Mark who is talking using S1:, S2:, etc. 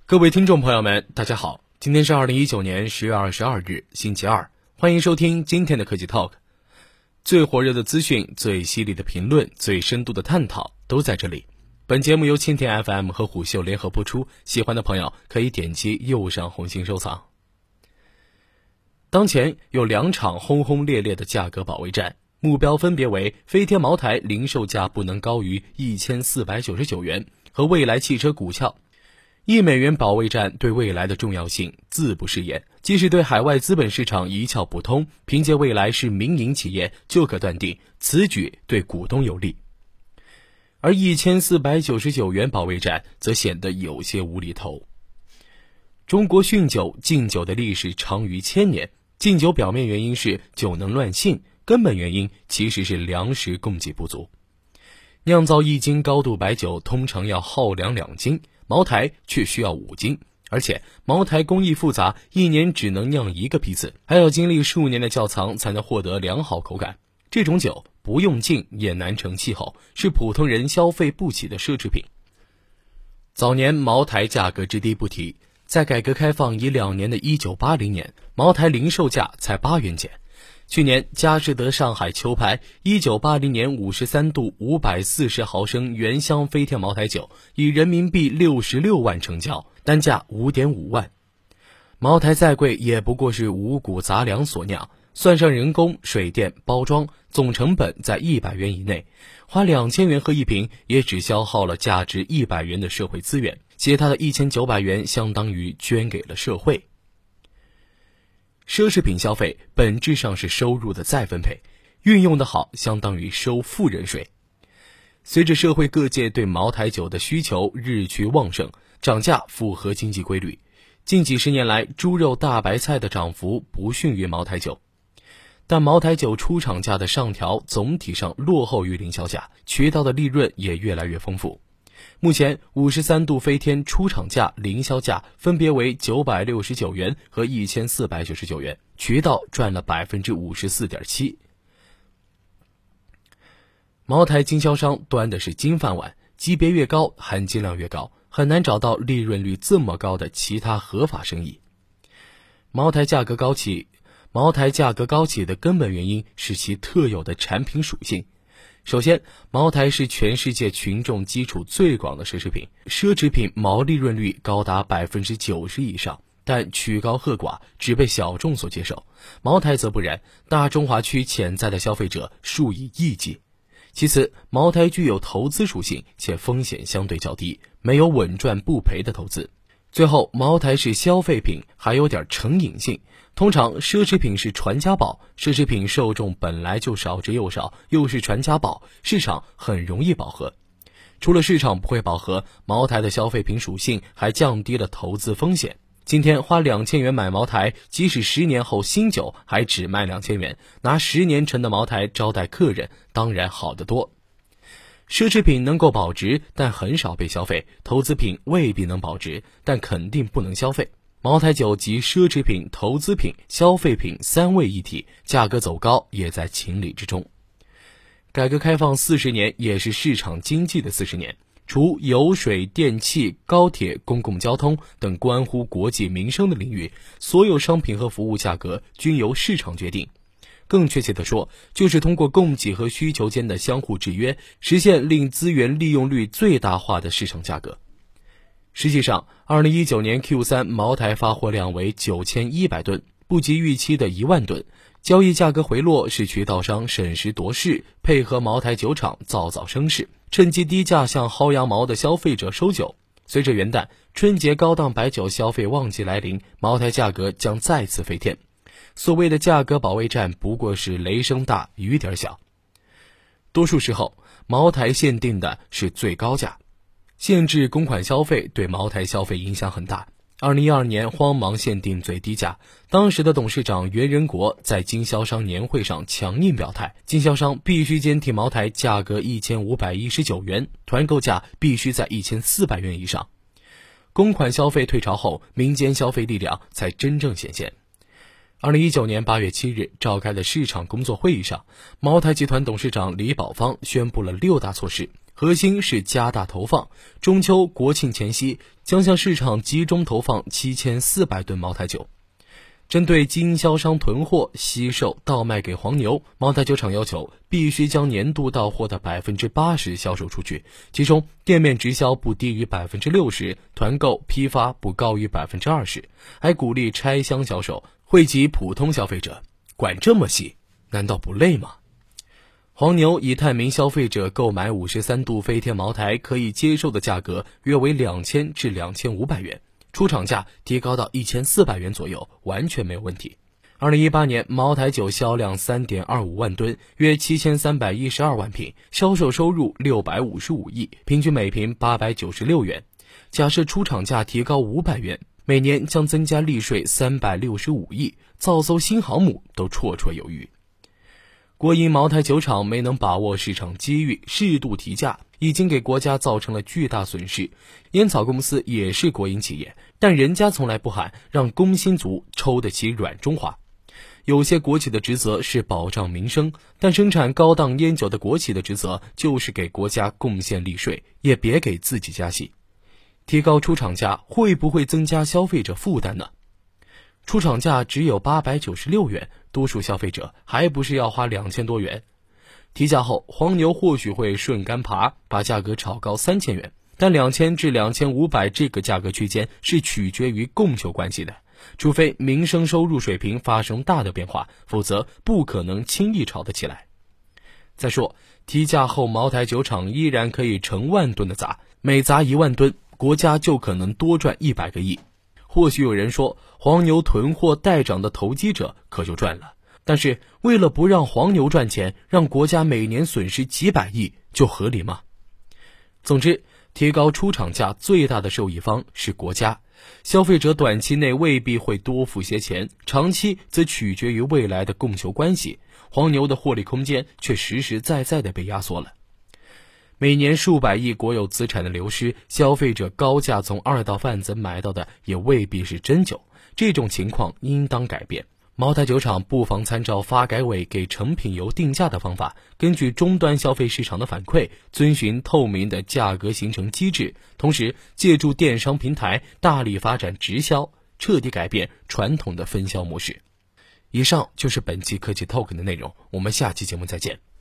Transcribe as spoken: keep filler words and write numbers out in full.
S1: 各位听众朋友们，大家好，今天是二零一九年十月二十二日，星期二，欢迎收听今天的科技 Talk。最火热的资讯、最犀利的评论、最深度的探讨都在这里。本节目由蜻蜓 F M 和虎嗅联合播出，喜欢的朋友可以点击右上红心收藏。当前有两场轰轰烈烈的价格保卫战，目标分别为飞天茅台零售价不能高于一千四百九十九元和蔚来汽车股票。一美元保卫战对未来的重要性自不饰演，即使对海外资本市场一窍不通，凭借未来是民营企业就可断定此举对股东有利。而一千四百九十九元保卫战则显得有些无厘头。中国酗酒禁酒的历史长于千年，禁酒表面原因是酒能乱性，根本原因其实是粮食供给不足。酿造一斤高度白酒通常要耗粮两斤，茅台却需要五斤，而且茅台工艺复杂，一年只能酿一个批次，还要经历数年的窖藏才能获得良好口感。这种酒不用禁也难成气候，是普通人消费不起的奢侈品。早年茅台价格之低不提，在改革开放已两年的一九八零年，茅台零售价才八元钱。去年佳士得上海秋牌一九八零年五十三度五百四十毫升原香飞天茅台酒以人民币六十六万成交，单价 五点五万。茅台再贵也不过是五谷杂粮所酿，算上人工、水电、包装，总成本在一百元以内，花两千元喝一瓶也只消耗了价值一百元的社会资源，其他的一千九百元相当于捐给了社会。奢侈品消费本质上是收入的再分配，运用的好相当于收富人税。随着社会各界对茅台酒的需求日趋旺盛，涨价符合经济规律。近几十年来，猪肉、大白菜的涨幅不逊于茅台酒，但茅台酒出厂价的上调总体上落后于零销价，渠道的利润也越来越丰富。目前五十三度飞天出厂价、零销价分别为九百六十九元和一千四百九十九元，渠道赚了 百分之五十四点七。 茅台经销商端的是金饭碗，级别越高含金量越高，很难找到利润率这么高的其他合法生意。茅台价格高企，茅台价格高企的根本原因是其特有的产品属性。首先，茅台是全世界群众基础最广的奢侈品，奢侈品毛利润率高达 百分之九十 以上，但曲高和寡，只被小众所接受。茅台则不然，大中华区潜在的消费者数以亿计。其次，茅台具有投资属性，且风险相对较低，没有稳赚不赔的投资。最后，茅台是消费品，还有点成瘾性。通常奢侈品是传家宝，奢侈品受众本来就少之又少，又是传家宝，市场很容易饱和。除了市场不会饱和，茅台的消费品属性还降低了投资风险。今天花两千元买茅台，即使十年后新酒还只卖两千元，拿十年陈的茅台招待客人，当然好得多。奢侈品能够保值，但很少被消费；投资品未必能保值，但肯定不能消费。茅台酒集奢侈品、投资品、消费品三位一体，价格走高也在情理之中。改革开放四十年也是市场经济的四十年，除油水、电气、高铁、公共交通等关乎国计民生的领域，所有商品和服务价格均由市场决定。更确切地说，就是通过供给和需求间的相互制约，实现令资源利用率最大化的市场价格。实际上，二零一九年 Q 三 茅台发货量为九千一百吨，不及预期的一万吨。交易价格回落是渠道商审时度势，配合茅台酒厂造造声势，趁机低价向薅羊毛的消费者收酒。随着元旦、春节高档白酒消费旺季来临，茅台价格将再次飞天。所谓的价格保卫战不过是雷声大雨点小。多数时候，茅台限定的是最高价。限制公款消费对茅台消费影响很大。二零一二年慌忙限定最低价，当时的董事长袁仁国在经销商年会上强硬表态，经销商必须坚挺茅台价格一千五百一十九元，团购价必须在一千四百元以上。公款消费退潮后，民间消费力量才真正显现。 二零一九年八月七日召开的市场工作会议上，茅台集团董事长李宝芳宣布了六大措施，核心是加大投放，中秋国庆前夕将向市场集中投放七千四百吨茅台酒。针对经销商囤货、惜售、倒卖给黄牛，茅台酒厂要求必须将年度到货的 百分之八十 销售出去，其中店面直销不低于 百分之六十， 团购批发不高于 百分之二十， 还鼓励拆箱销售，惠及普通消费者。管这么细，难道不累吗？黄牛以探明消费者购买五十三度飞天茅台可以接受的价格约为两千至两千五百元，出厂价提高到一千四百元左右，完全没有问题。二零一八年茅台酒销量 三点二五万吨，约七千三百一十二万瓶，销售收入六百五十五亿，平均每瓶八百九十六元。假设出厂价提高五百元，每年将增加利税三百六十五亿，造艘新航母都绰绰有余。国营茅台酒厂没能把握市场机遇，适度提价，已经给国家造成了巨大损失。烟草公司也是国营企业，但人家从来不喊让工薪族抽得起软中华。有些国企的职责是保障民生，但生产高档烟酒的国企的职责就是给国家贡献利税，也别给自己加戏。提高出厂价会不会增加消费者负担呢？出厂价只有八百九十六元，多数消费者还不是要花两千多元。提价后，黄牛或许会顺杆爬，把价格炒高三千元，但两千至两千五百这个价格区间是取决于供求关系的，除非民生收入水平发生大的变化，否则不可能轻易炒得起来。再说，提价后茅台酒厂依然可以成万吨的砸，每砸一万吨，国家就可能多赚一百个亿。或许有人说，黄牛囤货待涨的投机者可就赚了，但是为了不让黄牛赚钱，让国家每年损失几百亿，就合理吗？总之，提高出厂价最大的受益方是国家，消费者短期内未必会多付些钱，长期则取决于未来的供求关系，黄牛的获利空间却实实在在地被压缩了。每年数百亿国有资产的流失，消费者高价从二道贩子买到的也未必是真酒，这种情况应当改变。茅台酒厂不妨参照发改委给成品油定价的方法，根据终端消费市场的反馈，遵循透明的价格形成机制，同时借助电商平台大力发展直销，彻底改变传统的分销模式。以上就是本期科技 Talk 的内容，我们下期节目再见。